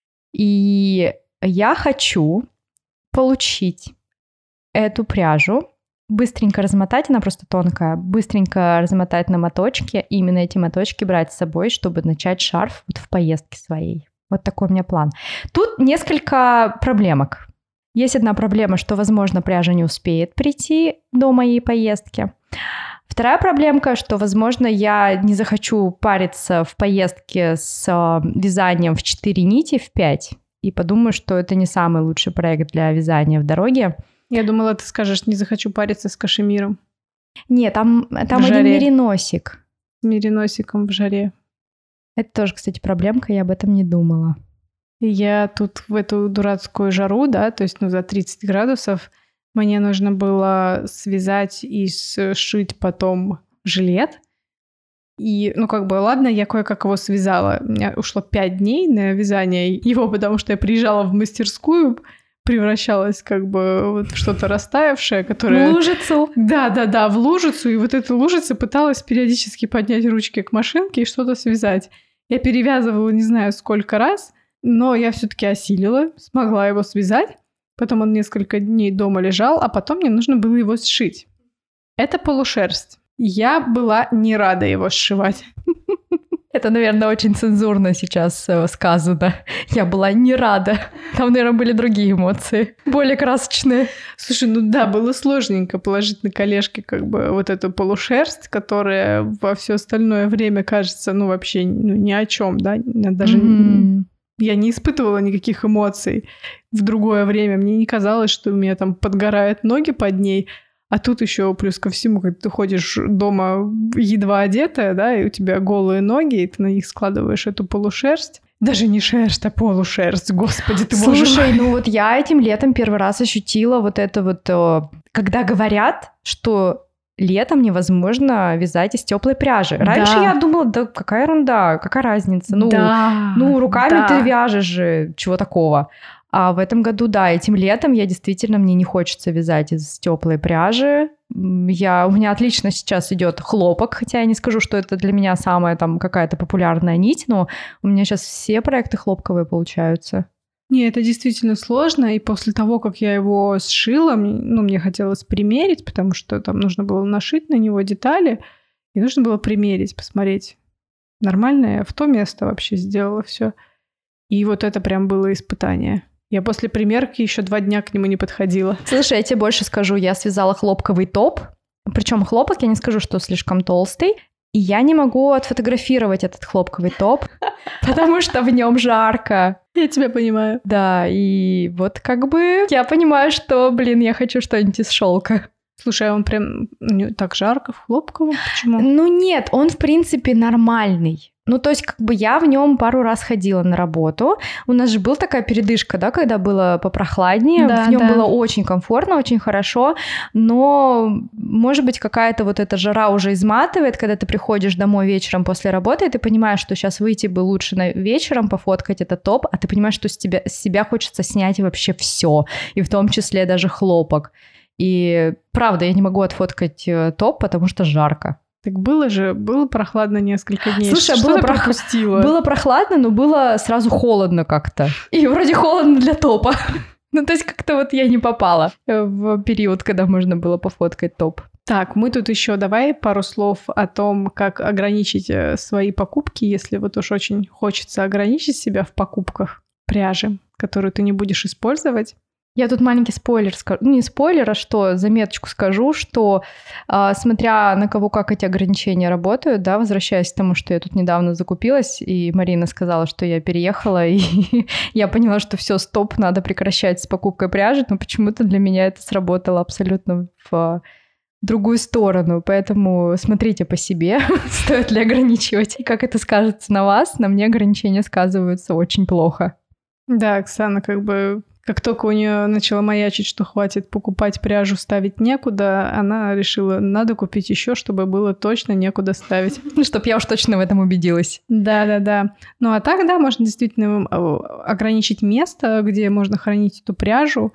И я хочу получить эту пряжу, быстренько размотать, она просто тонкая, быстренько размотать на моточки, и именно эти моточки брать с собой, чтобы начать шарф вот в поездке своей. Вот такой у меня план. Тут несколько проблемок. Есть одна проблема, что, возможно, пряжа не успеет прийти до моей поездки. Вторая проблемка, что, возможно, я не захочу париться в поездке с вязанием в 4 нити, в 5, и подумаю, что это не самый лучший проект для вязания в дороге. Я думала, ты скажешь, не захочу париться с кашемиром. Нет, там один мериносик. С мериносиком в жаре. Это тоже, кстати, проблемка, я об этом не думала. Я тут в эту дурацкую жару, да, то есть, за 30 градусов, мне нужно было связать и сшить потом жилет. И, ладно, я кое-как его связала. У меня ушло 5 дней на вязание его, потому что я приезжала в мастерскую, превращалась в что-то растаявшее, которое... В лужицу. Да, в лужицу. И вот эта лужица пыталась периодически поднять ручки к машинке и что-то связать. Я перевязывала не знаю сколько раз, но я все-таки осилила, смогла его связать. Потом он несколько дней дома лежал, а потом мне нужно было его сшить. Это полушерсть. Я была не рада его сшивать. Это, наверное, очень цензурно сейчас сказано. Я была не рада. Там, наверное, были другие эмоции, более красочные. Слушай, было сложненько положить на колешки вот эту полушерсть, которая во все остальное время кажется, вообще ни о чем, да? Даже я не испытывала никаких эмоций в другое время. Мне не казалось, что у меня там подгорают ноги под ней. А тут еще плюс ко всему, когда ты ходишь дома едва одетая, да, и у тебя голые ноги, и ты на них складываешь эту полушерсть. Даже не шерсть, а полушерсть, господи ты боже мой. Слушай, я этим летом первый раз ощутила вот это вот, когда говорят, что летом невозможно вязать из теплой пряжи. Раньше я думала, да какая ерунда, какая разница. Руками ты вяжешь же, чего такого. А в этом году, этим летом мне не хочется вязать из теплой пряжи. У меня отлично сейчас идет хлопок, хотя я не скажу, что это для меня самая там какая-то популярная нить, но у меня сейчас все проекты хлопковые получаются. Не, это действительно сложно, и после того, как я его сшила, мне хотелось примерить, потому что там нужно было нашить на него детали, и нужно было примерить, посмотреть, нормально я в то место вообще сделала все. И вот это прям было испытание. Я после примерки еще 2 дня к нему не подходила. Слушай, я тебе больше скажу, я связала хлопковый топ, причем хлопок, я не скажу, что слишком толстый, и я не могу отфотографировать этот хлопковый топ, потому что в нем жарко. Я тебя понимаю. Да, и вот я понимаю, что, я хочу что-нибудь из шелка. Слушай, а он прям так жарко в хлопковом? Почему? Нет, он, в принципе, нормальный. То есть, я в нем пару раз ходила на работу. У нас же была такая передышка, да, когда было попрохладнее. В нем было очень комфортно, очень хорошо. Но, может быть, какая-то вот эта жара уже изматывает, когда ты приходишь домой вечером после работы, и ты понимаешь, что сейчас выйти бы лучше вечером, пофоткать этот топ, а ты понимаешь, что с себя хочется снять вообще все, и в том числе даже хлопок. И правда, я не могу отфоткать топ, потому что жарко. Так было прохладно несколько дней. Слушай, пропустила? Было прохладно, но было сразу холодно как-то. И вроде холодно для топа. То есть как-то я не попала в период, когда можно было пофоткать топ. Так, мы тут еще давай пару слов о том, как ограничить свои покупки, если уж очень хочется ограничить себя в покупках пряжи, которую ты не будешь использовать. Я тут маленький спойлер скажу. Ну, не спойлер, а что, заметочку скажу, что смотря на кого как эти ограничения работают, да, возвращаясь к тому, что я тут недавно закупилась, и Марина сказала, что я переехала, и я поняла, что все, стоп, надо прекращать с покупкой пряжи, но почему-то для меня это сработало абсолютно в другую сторону, поэтому смотрите по себе, стоит ли ограничивать, и как это скажется на вас. На мне ограничения сказываются очень плохо. Да, Оксана, как только у нее начало маячить, что хватит покупать пряжу, ставить некуда, она решила, надо купить еще, чтобы было точно некуда ставить. Чтоб я уж точно в этом убедилась. Да. Ну а так, да, можно действительно ограничить место, где можно хранить эту пряжу,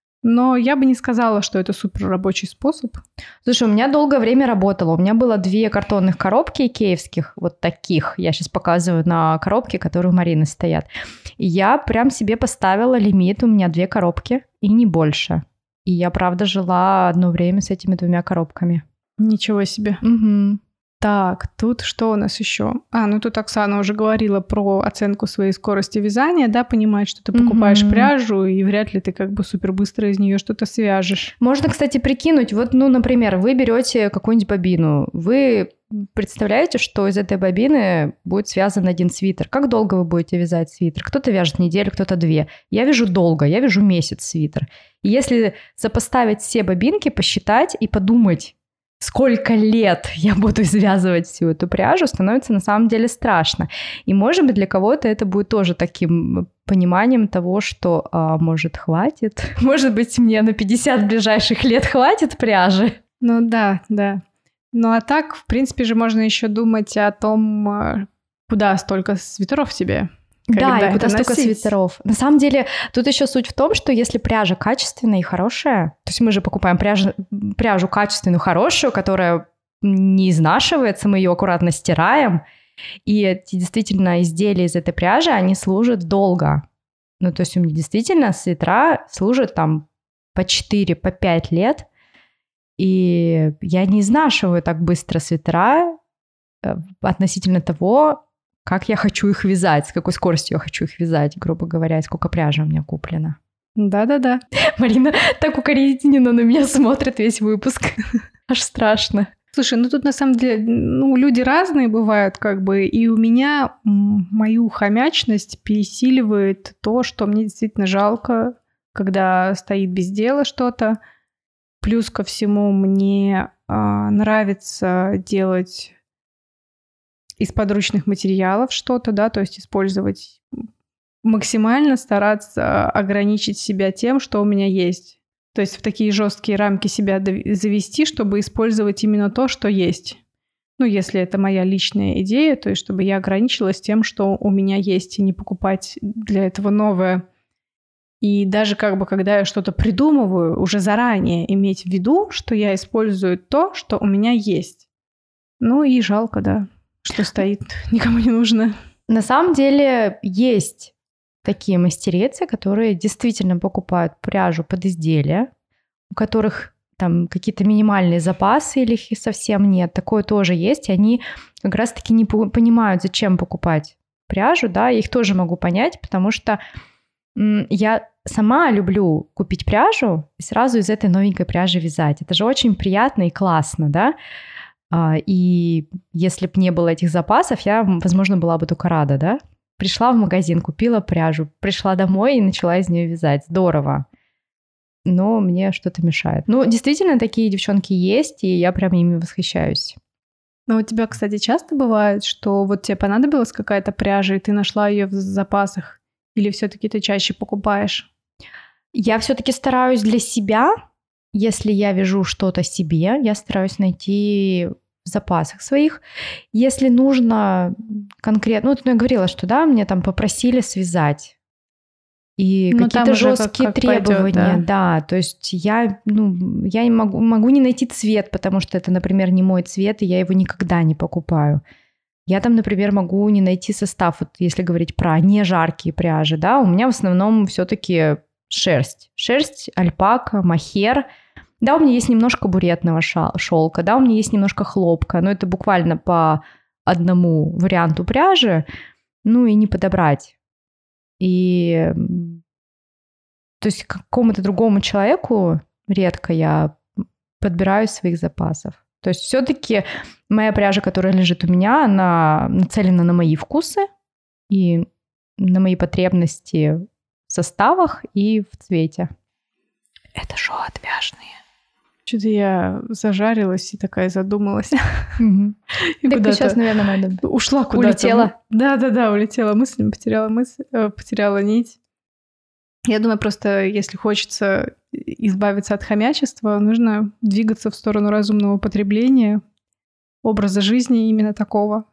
но я бы не сказала, что это супер рабочий способ. Слушай, у меня долгое время работало. У меня было 2 картонных коробки икеевских, вот таких. Я сейчас показываю на коробке, которые у Марины стоят. И я прям себе поставила лимит. У меня 2 коробки и не больше. И я, правда, жила одно время с этими 2 коробками. Ничего себе. Угу. Так, тут что у нас еще? Тут Оксана уже говорила про оценку своей скорости вязания, да, понимать, что ты покупаешь пряжу, и вряд ли ты супер быстро из нее что-то свяжешь. Можно, кстати, прикинуть, например, вы берете какую-нибудь бобину, вы представляете, что из этой бобины будет связан 1 свитер. Как долго вы будете вязать свитер? Кто-то вяжет неделю, кто-то 2. Я вяжу долго, я вяжу месяц свитер. И если сопоставить все бобинки, посчитать и подумать, сколько лет я буду связывать всю эту пряжу, становится на самом деле страшно. И, может быть, для кого-то это будет тоже таким пониманием того, что, может, хватит? Может быть, мне на 50 ближайших лет хватит пряжи? Ну да. Ну а так, в принципе же, можно еще думать о том, куда столько свитеров тебе. Да, и куда столько свитеров. На самом деле, тут еще суть в том, что если пряжа качественная и хорошая, то есть мы же покупаем пряжу качественную, хорошую, которая не изнашивается, мы ее аккуратно стираем, и эти действительно изделия из этой пряжи, они служат долго. Ну, то есть у меня действительно свитера служат там по 4, по 5 лет, и я не изнашиваю так быстро свитера относительно того, как я хочу их вязать, с какой скоростью я хочу их вязать, грубо говоря, и сколько пряжи у меня куплено. Да. Марина так укоризненно на меня смотрит весь выпуск. Аж страшно. Слушай, тут на самом деле, люди разные бывают, и у меня мою хомячность пересиливает то, что мне действительно жалко, когда стоит без дела что-то. Плюс ко всему мне нравится делать из подручных материалов что-то, да, то есть использовать, максимально стараться ограничить себя тем, что у меня есть. То есть в такие жесткие рамки себя завести, чтобы использовать именно то, что есть. Если это моя личная идея, то есть чтобы я ограничилась тем, что у меня есть, и не покупать для этого новое. И даже когда я что-то придумываю, уже заранее иметь в виду, что я использую то, что у меня есть. И жалко, да, что стоит, никому не нужно. На самом деле есть такие мастерицы, которые действительно покупают пряжу под изделия, у которых там какие-то минимальные запасы или их совсем нет. Такое тоже есть, и они как раз-таки не понимают, зачем покупать пряжу, да, я их тоже могу понять, потому что я сама люблю купить пряжу и сразу из этой новенькой пряжи вязать. Это же очень приятно и классно, да? И если бы не было этих запасов, я, возможно, была бы только рада, да? Пришла в магазин, купила пряжу, пришла домой и начала из нее вязать. Здорово. Но мне что-то мешает. Действительно, такие девчонки есть, и я прям ими восхищаюсь. Но у тебя, кстати, часто бывает, что тебе понадобилась какая-то пряжа, и ты нашла ее в запасах? Или все-таки ты чаще покупаешь? Я все-таки стараюсь для себя, если я вяжу что-то себе, я стараюсь найти в запасах своих. Если нужно конкретно... я говорила, что да, мне там попросили связать. И какие-то жесткие требования, пойдёт, да. То есть я не могу не найти цвет, потому что это, например, не мой цвет, и я его никогда не покупаю. Я там, например, могу не найти состав, если говорить про не жаркие пряжи, да, у меня в основном все-таки шерсть. Шерсть, альпака, мохер. Да, у меня есть немножко буретного шелка, да, у меня есть немножко хлопка, но это буквально по одному варианту пряжи, и не подобрать. И То есть к какому-то другому человеку редко я подбираю своих запасов. То есть все-таки моя пряжа, которая лежит у меня, она нацелена на мои вкусы и на мои потребности в составах и в цвете. Это шоу отвяжные. Что-то я зажарилась и такая задумалась. Так ты сейчас, наверное, надо... Ушла куда-то. Улетела? Да, улетела мысль, потеряла нить. Я думаю, просто если хочется избавиться от хомячества, нужно двигаться в сторону разумного потребления, образа жизни именно такого.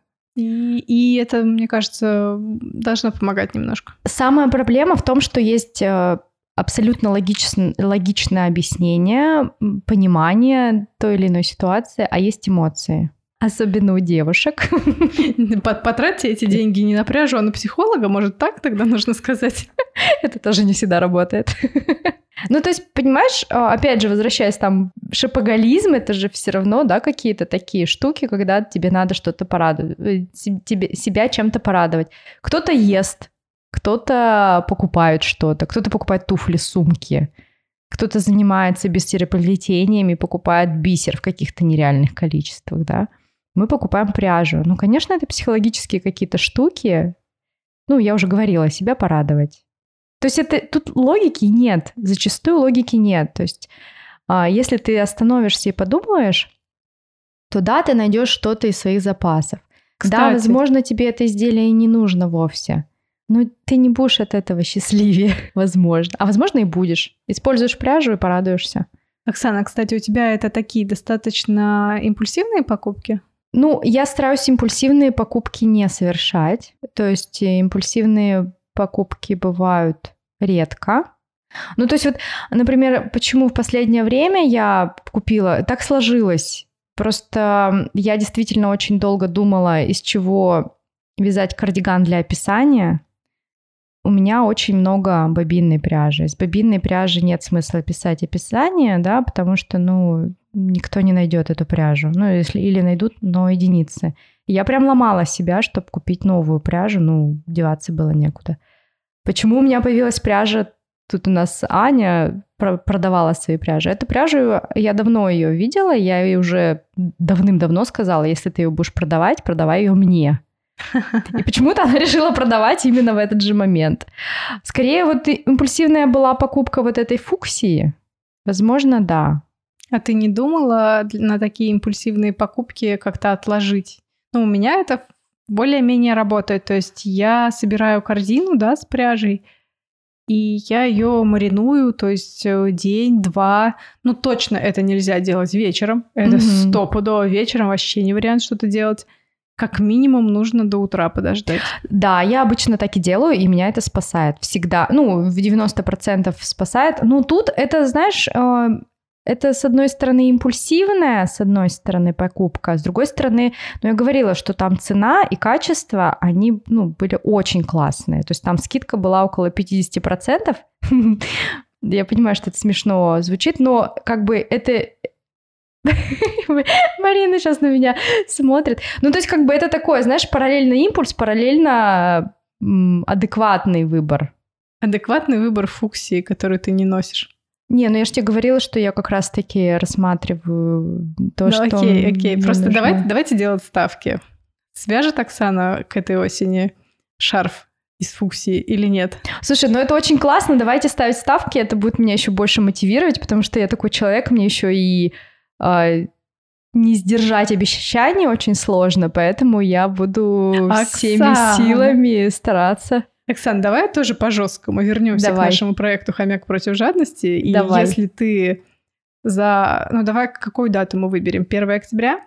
И это, мне кажется, должно помогать немножко. Самая проблема в том, что есть абсолютно логичное объяснение, понимание той или иной ситуации, а есть эмоции. Особенно у девушек. Потратьте эти деньги не на пряжу, а на психолога, может, так тогда нужно сказать? Это тоже не всегда работает. Ну, то есть, понимаешь, опять же, возвращаясь там, шопоголизм, это же все равно, да, какие-то такие штуки, когда тебе надо что-то порадовать, себя чем-то порадовать. Кто-то ест, кто-то покупает что-то, кто-то покупает туфли, сумки, кто-то занимается бисероплетениями, покупает бисер в каких-то нереальных количествах, да. Мы покупаем пряжу. Ну, конечно, это психологические какие-то штуки. Ну, я уже говорила, себя порадовать. То есть тут логики нет, зачастую логики нет. То есть если ты остановишься и подумаешь, то да, ты найдешь что-то из своих запасов. Кстати, да, возможно, тебе это изделие и не нужно вовсе, но ты не будешь от этого счастливее, возможно. А возможно, и будешь. Используешь пряжу и порадуешься. Оксана, кстати, у тебя это такие достаточно импульсивные покупки? Ну, я стараюсь импульсивные покупки не совершать. То есть импульсивные покупки бывают редко. Ну, то есть вот, например, почему в последнее время я купила... Так сложилось. Просто я действительно очень долго думала, из чего вязать кардиган для описания. У меня очень много бобинной пряжи. Из бобинной пряжи нет смысла писать описание, да, потому что, ну, никто не найдет эту пряжу. Ну, если или найдут, но единицы. И я прям ломала себя, чтобы купить новую пряжу, ну, деваться было некуда. Почему у меня появилась пряжа? Тут у нас Аня продавала свои пряжи. Эту пряжу, я давно ее видела, я ей уже давным-давно сказала, если ты ее будешь продавать, продавай ее мне. И почему-то она решила продавать именно в этот же момент. Скорее, вот импульсивная была покупка вот этой фуксии. Возможно, да. А ты не думала на такие импульсивные покупки как-то отложить? Ну, у меня это более-менее работает. То есть я собираю корзину, да, с пряжей, и я ее мариную, то есть день-два. Ну, точно это нельзя делать вечером. Это стопудово вечером вообще не вариант что-то делать. Как минимум нужно до утра подождать. Да, я обычно так и делаю, и меня это спасает всегда. Ну, в 90% спасает. Ну, тут это, знаешь, это, с одной стороны, импульсивная, с одной стороны, покупка, с другой стороны, ну, я говорила, что там цена и качество, они, ну, были очень классные. То есть там скидка была около 50%. Я понимаю, что это смешно звучит, но как бы это... Марина сейчас на меня смотрит. Ну, то есть, как бы это такое, знаешь, параллельно импульс, параллельно адекватный выбор. Адекватный выбор фуксии, который ты не носишь. Не, ну я же тебе говорила, что я как раз-таки рассматриваю то, ну, что... Окей. Просто давайте делать ставки. Свяжет Оксана к этой осени шарф из фуксии или нет? Слушай, ну это очень классно, давайте ставить ставки, это будет меня еще больше мотивировать, потому что я такой человек, мне еще и... не сдержать обещания очень сложно, поэтому я буду всеми силами стараться. Оксан, давай тоже по-жесткому вернемся к нашему проекту «Хомяк против жадности». И если ты Ну, давай какую дату мы выберем? 1 октября?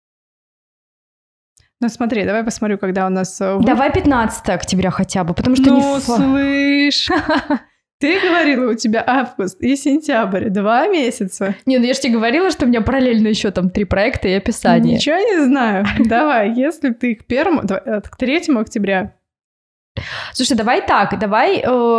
Ну, смотри, давай посмотрю, когда у нас... Давай 15 октября хотя бы, потому что ну, слышь... Ты говорила, у тебя август и сентябрь, 2 месяца. Не, ну я же тебе говорила, что у меня параллельно еще там 3 проекта и описание. Ничего не знаю. Давай, если ты к 3 октября. Слушай, давай так, давай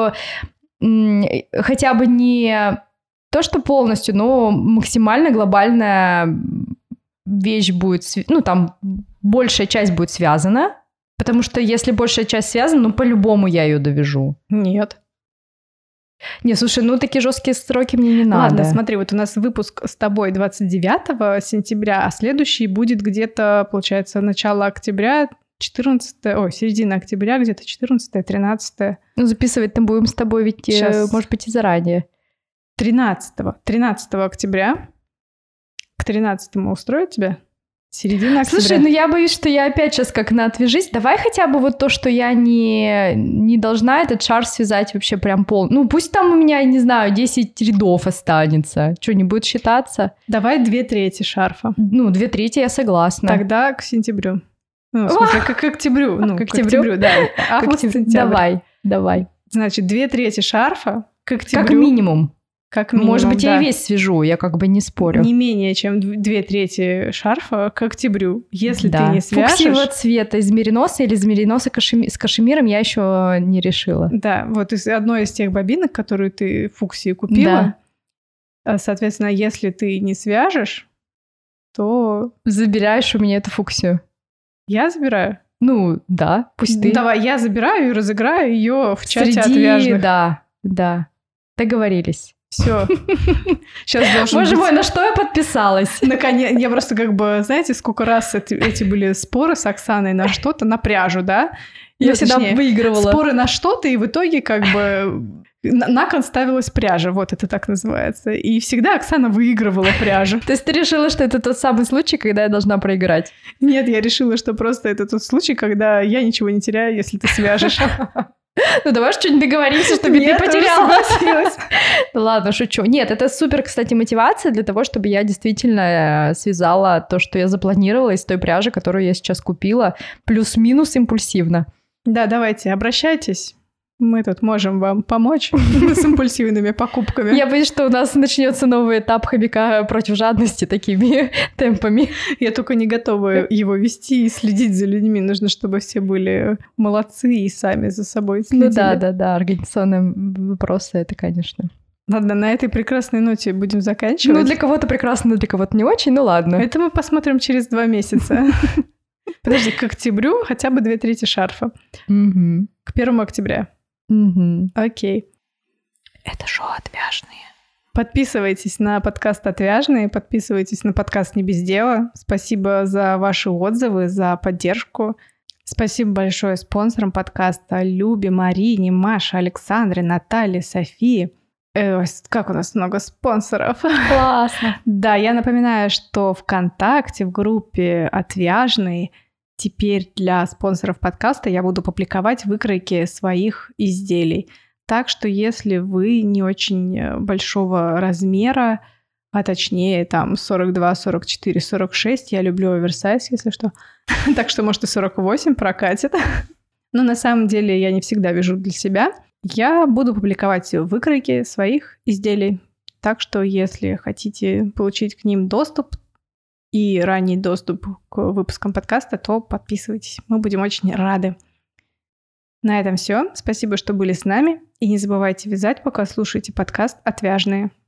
хотя бы не то, что полностью, но максимально глобальная вещь будет, ну там большая часть будет связана, потому что если большая часть связана, ну по-любому я ее довяжу. Нет. Не, слушай, ну такие жесткие сроки мне не надо. Ладно, смотри, вот у нас выпуск с тобой 29 сентября, а следующий будет где-то, получается, начало октября, середина октября, где-то 14-13. Ну, записывать-то будем с тобой ведь, Сейчас. может быть, и заранее. 13 октября. К 13-му устроит тебя? Середина октября. Слушай, ну я боюсь, что я опять сейчас как на «отвяжись». Давай хотя бы вот то, что я не должна этот шарф связать вообще прям полный. Ну, пусть там у меня, не знаю, 10 рядов останется. Что, не будет считаться? Давай 2/3 шарфа. Ну, 2/3 я согласна. Тогда к сентябрю. Ну, в смысле, к октябрю. Ну, к октябрю, да. Август, сентябрь. Давай. Значит, 2/3 шарфа к октябрю. Как минимум. Как минимум, может быть, да. я и весь свяжу, я как бы не спорю. Не менее чем 2/3 шарфа к октябрю. Если да. ты не свяжешь... Фуксиевого цвета из мериноса или из мериноса с кашемиром я еще не решила. Да, вот из одной из тех бобинок, которую ты фуксии купила. Да. Соответственно, если ты не свяжешь, то... Забираешь у меня эту фуксию. Я забираю? Ну, да, пусть ты. Давай, я забираю и разыграю ее в чате Среди... отвяжных. Да. Договорились. Все. Сейчас должен Боже быть... мой, на что я подписалась? Наконец, я просто как бы, знаете, сколько раз эти были споры с Оксаной на что-то, на пряжу, да? Я всегда выигрывала. Споры на что-то, и в итоге как бы на кон ставилась пряжа, вот это так называется. И всегда Оксана выигрывала пряжу. То есть ты решила, что это тот самый случай, когда я должна проиграть? Нет, я решила, что просто это тот случай, когда я ничего не теряю, если ты свяжешь. Ну давай что-нибудь договоримся, чтобы ты потеряла. Ладно, шучу. Нет, это супер, кстати, мотивация для того, чтобы я действительно связала то, что я запланировала из той пряжи, которую я сейчас купила, плюс-минус импульсивно. Да, давайте, обращайтесь. Мы тут можем вам помочь с импульсивными покупками. Я боюсь, что у нас начнется новый этап хомяка против жадности такими темпами. Я только не готова его вести и следить за людьми. Нужно, чтобы все были молодцы и сами за собой следили. Ну да, организационные вопросы, это, конечно. Ладно, на этой прекрасной ноте будем заканчивать. Ну, для кого-то прекрасно, для кого-то не очень, ну ладно. Это мы посмотрим через 2 месяца. Подожди, к октябрю хотя бы 2/3 шарфа. К 1 октября. Окей. Это шоу «Отвяжные». Подписывайтесь на подкаст «Отвяжные», подписывайтесь на подкаст «Не без дела». Спасибо за ваши отзывы, за поддержку. Спасибо большое спонсорам подкаста: Любе, Марине, Маше, Александре, Наталье, Софии. Как у нас много спонсоров. Классно. Да, я напоминаю, что ВКонтакте в группе «Отвяжные» теперь для спонсоров подкаста я буду публиковать выкройки своих изделий. Так что если вы не очень большого размера, а точнее там 42, 44, 46, я люблю оверсайз, если что. Так что, может, и 48 прокатит. Но на самом деле я не всегда вяжу для себя. Я буду публиковать выкройки своих изделий. Так что, если хотите получить к ним доступ и ранний доступ к выпускам подкаста, то подписывайтесь. Мы будем очень рады. На этом все. Спасибо, что были с нами. И не забывайте вязать, пока слушаете подкаст «Отвяжные».